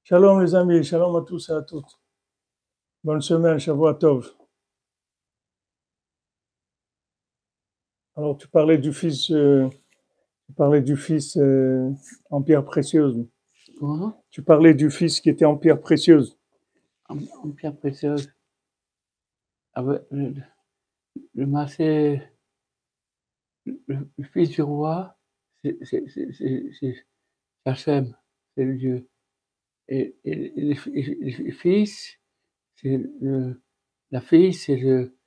Shalom les amis, shalom à tous et à toutes. Bonne semaine, Shavua Tov. Alors tu parlais du fils, en pierre précieuse. Quoi? Tu parlais du fils qui était en pierre précieuse. En pierre précieuse. Avec le massé, le fils du roi, c'est Hachem, c'est le Dieu. Et le fils, c'est la fille, c'est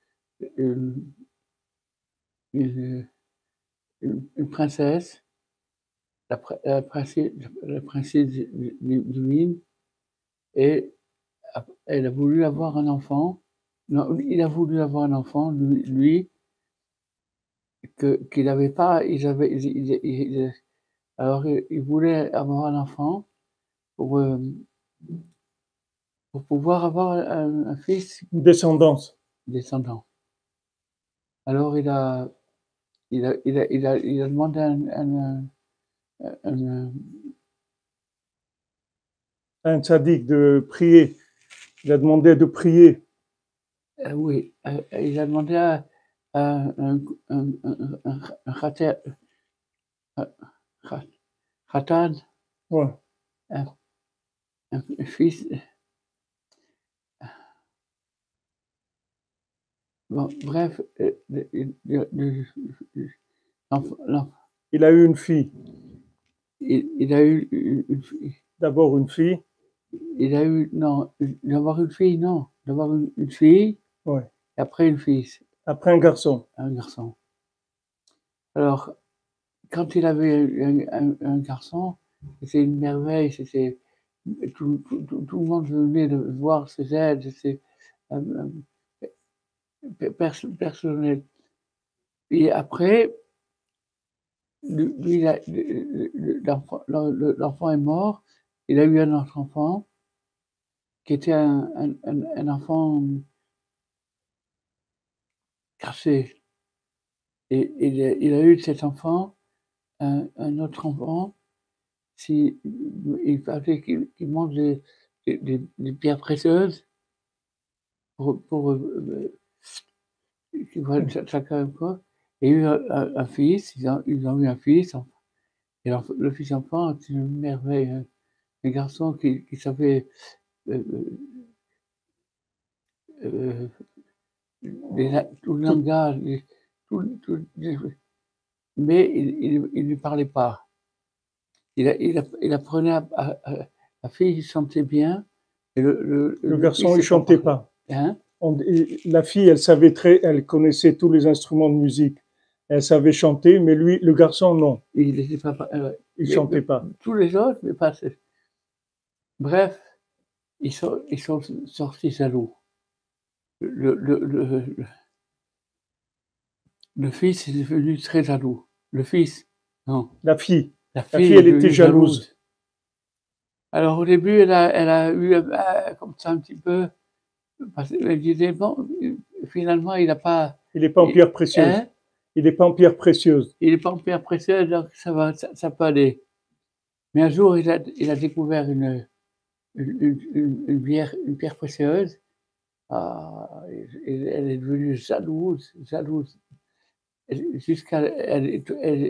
une princesse, la princesse divine, et elle a voulu avoir un enfant. Non, il a voulu avoir un enfant, lui qu'il n'avait pas. Alors, il voulait avoir un enfant pour pouvoir avoir un fils. Une descendance. Descendant. Alors, il a demandé Un tzaddik de prier. Il a demandé de prier. Oui, il a demandé à un khatan, Ouais. un fils. Bon, bref, il a eu une fille. Il a eu une fille. D'abord une fille. Il a eu, non, d'avoir une fille, non. D'avoir une fille. Ouais. Et après une fille. Après un garçon. Un garçon. Alors, quand il avait un garçon, c'était une merveille, c'était tout le monde venait de voir ses aides, c'était personnel. Et après, lui, l'enfant est mort, il a eu un autre enfant, qui était un enfant cassé. Et il a eu de cet enfant un autre enfant. Il fallait qu'il mange des pierres précieuses pour qu'il voit chacun quoi. Et il y a eu un fils, ils ont eu un fils. Et le fils enfant, c'est une merveille. Un garçon qui savait tout le langage, mais il ne parlait pas. Il apprenait la fille chantait bien. Et le garçon, il chantait pas. Hein? La fille, elle connaissait tous les instruments de musique. Elle savait chanter, mais lui, le garçon, non. Il chantait pas. Tous les autres, mais pas. Bref, ils sont sortis jaloux. Le fils est devenu très jaloux. Le fils, non. La fille, elle était jalouse. Alors au début, elle a eu comme ça un petit peu, parce qu'elle disait bon, finalement il n'a pas. Il n'est pas en pierre précieuse. Hein? Il n'est pas en pierre précieuse. Il n'est pas en pierre précieuse, donc ça peut aller. Mais un jour, il a découvert une pierre précieuse. Elle est devenue jalouse, jusqu'à elle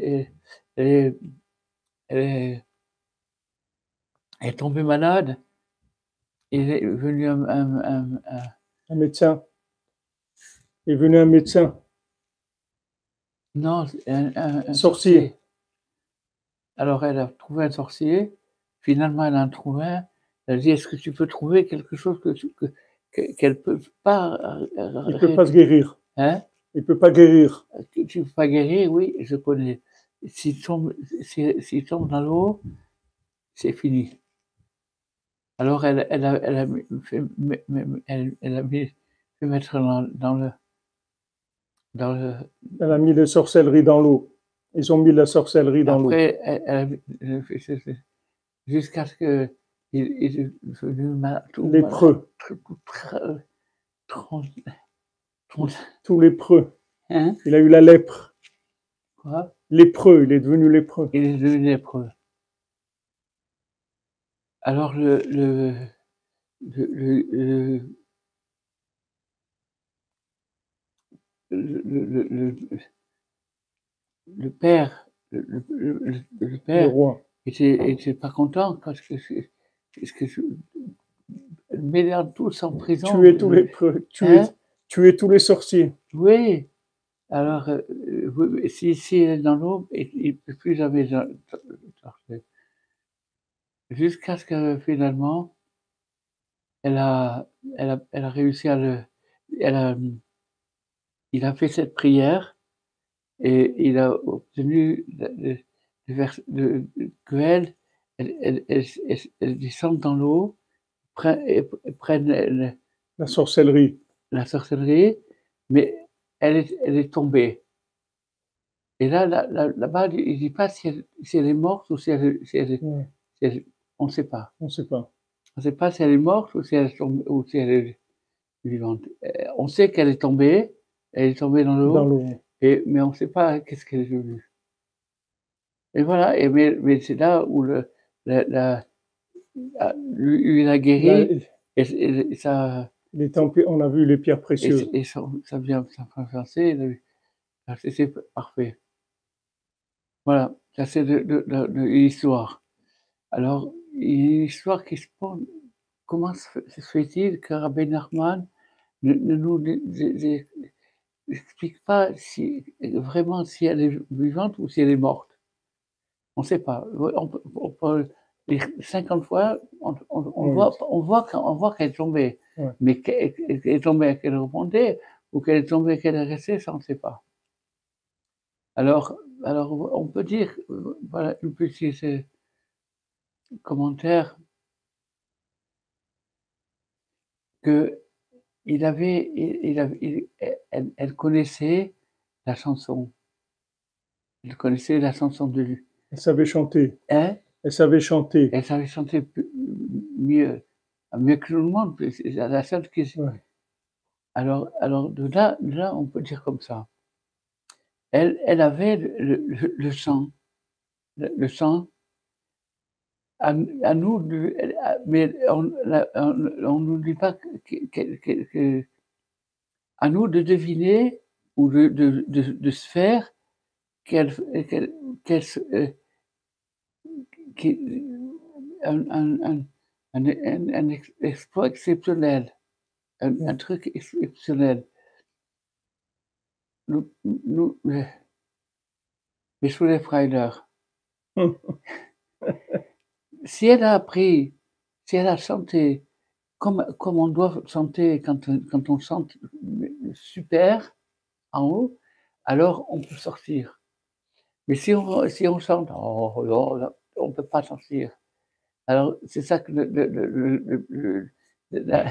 est tombée malade. Il est venu un médecin. Il est venu un médecin. Non, un sorcier. Alors elle a trouvé un sorcier. Finalement, elle en a trouvé un. Elle a dit, est-ce que tu peux trouver quelque chose qu'elle ne peut pas... Il ne peut pas se guérir. Hein? Il ne peut pas guérir. Tu ne peux pas guérir, oui, je connais. S'il tombe dans l'eau, c'est fini. Alors elle a fait mettre dans le... Elle a mis la sorcellerie dans l'eau. Ils ont mis la sorcellerie dans l'eau. Après, jusqu'à ce qu'il est devenu lépreux. Tout lépreux. Hein? Il a eu la lèpre. Quoi? Lépreux, il est devenu lépreux. Il est devenu lépreux. Alors le le le le le père le le père roi. était pas content parce que je mêlant tous en prison, hein? Tuer tous les sorciers. Oui, alors, oui, si elle est dans l'eau, il ne peut plus jamais sortir. Jusqu'à ce que finalement, elle a elle a réussi à le elle a, il a fait cette prière et il a obtenu le vers qu'elle elle descende dans l'eau, prenne La sorcellerie. la sorcellerie, mais elle est tombée. Et là-bas, il dit pas si elle est morte ou Ouais, si elle on ne sait pas. on ne sait pas. On ne sait pas si elle est morte ou si elle est tomb ou si elle est vivante. On sait qu'elle est tombée, elle est tombée dans Dans l'eau l'eau. mais on ne sait pas qu'est-ce qu'elle est devenue. Et voilà mais c'est là où la lui il a Là, guéri et ça les temples, on a vu les pierres précieuses. et ça vient ça fait avancer, c'est parfait. Voilà, ça c'est de l'histoire. Alors, il y a une histoire qui se pose. Comment se fait-il que Rabbi Nachman ne nous explique pas si vraiment si elle est vivante ou si elle est morte? On ne sait pas. On peut lire 50 fois, Oui, on voit qu'elle est tombée. ouais. Mais qu'elle est tombée, qu'elle rebondait ou qu'elle est tombée, qu'elle est restée, ça on ne sait pas. Alors on peut dire, voilà un petit commentaire que elle connaissait la chanson. Elle connaissait la chanson de lui. Elle savait chanter. Hein? Elle savait chanter. Elle savait chanter mieux, mieux que tout le monde. C'est la seule qui. Ouais. Alors de là, on peut dire comme ça. Elle avait le sang, le sang. À nous, mais on n'oublie pas que à nous de deviner ou de se faire qu'elle qu'elle qu'elle se qui un exploit exceptionnel, un Ouais. truc exceptionnel. Nous mes Schulfreiler, si elle a appris, si elle a chanté comme on doit chanter quand on chante super en haut, alors on peut sortir. Mais si on chante: «Oh non, là, on peut pas sortir». Alors c'est ça que la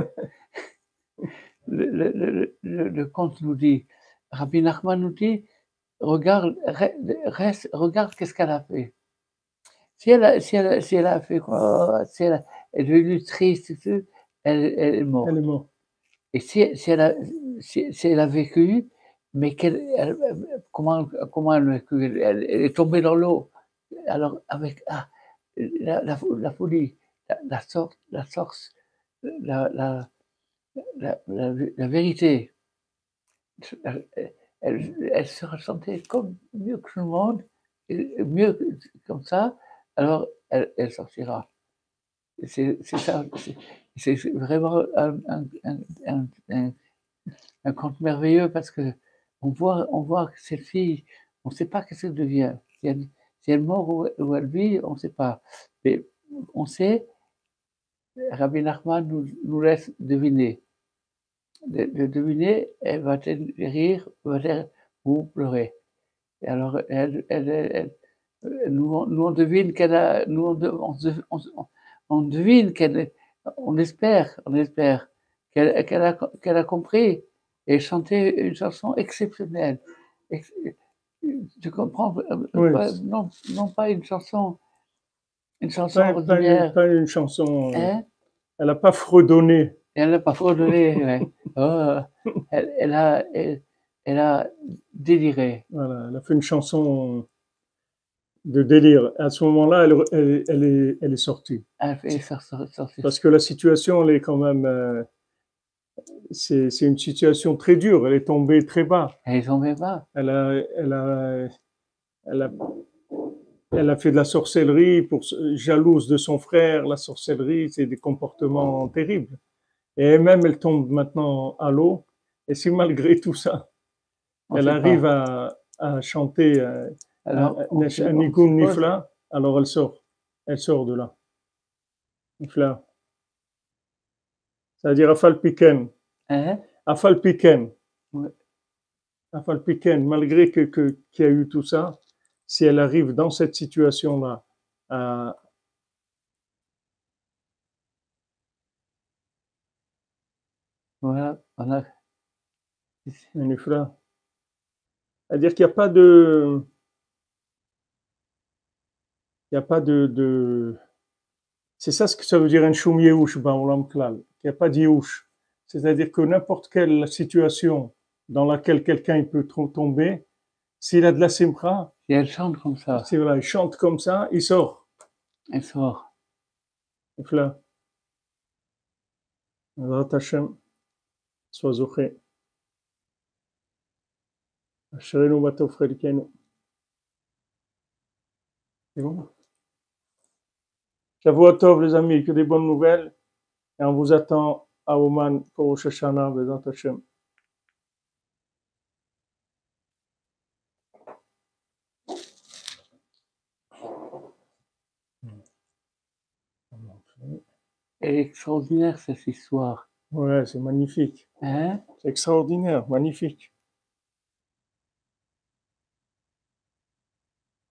le conte nous dit. Rabbi Nachman nous dit: «Regarde, reste, regarde qu'est-ce qu'elle a fait». Si elle a fait quoi? Si elle est devenue triste et tout, elle est Elle morte. est morte. Et si elle a si elle a vécu, mais comment elle a vécu? Elle est tombée dans l'eau. Alors avec la folie, la force, la la la vérité. Elle se ressentait comme mieux que tout le monde, et mieux comme ça, alors elle sortira. C'est ça, c'est vraiment un conte merveilleux parce on voit que cette fille, on ne sait pas qu'est-ce qu'elle devient. Si elle meurt ou elle vit, on ne sait pas. Mais on sait, Rabbi Nachman nous laisse deviner. De deviner, elle va-t-elle rire, va-t-elle ou pleurer? Et alors nous on devine qu'elle a, nous on devine on espère qu'elle a compris et chanté une chanson exceptionnelle. Ex Tu comprends? Oui, Non pas une chanson ordinaire, pas une chanson. hein? Elle n'a pas fredonné. Elle n'a pas fredonné, ouais. Oh, elle a déliré. Voilà, elle a fait une chanson de délire. À ce moment-là, elle est sortie. Elle fait sortir. Parce que la situation, elle est quand même, c'est une situation très dure. Elle est tombée très bas. Elle est tombée bas. Elle a, elle a, elle a, elle a fait de la sorcellerie jalouse de son frère. La sorcellerie, c'est des comportements terribles. Et elle-même, elle tombe maintenant à l'eau. Et si malgré tout ça, On elle sait arrive pas. à chanter Alors, un Nigun Nifla, alors elle sort. Elle sort de là. Nifla. C'est-à-dire Afal Piken. Hein? Afal Piken. Ouais. Afal Piken, malgré qu'il y a eu tout ça, si elle arrive dans cette situation-là, à Voilà, on a. un Nifla. C'est-à-dire qu'il n'y a pas de. Il n'y a pas de. C'est ça ce que ça veut dire un choum yehush, ba'olam klal. Il n'y a pas d'yehush. C'est-à-dire que n'importe quelle situation dans laquelle quelqu'un peut tomber, s'il a de la simcha, Si elle chante comme ça, c'est voilà, il chante comme ça, il sort. elle sort. Voilà. Bezrat Hashem, sois zoché. Asherenu batov chelkenu. C'est bon? Shavua tov les amis, que des bonnes nouvelles. Et on vous attend à Oman pour Rosh Hashanah, Bezrat Hashem. Elle est extraordinaire, cette histoire. Ouais, c'est magnifique. Hein? C'est extraordinaire, magnifique.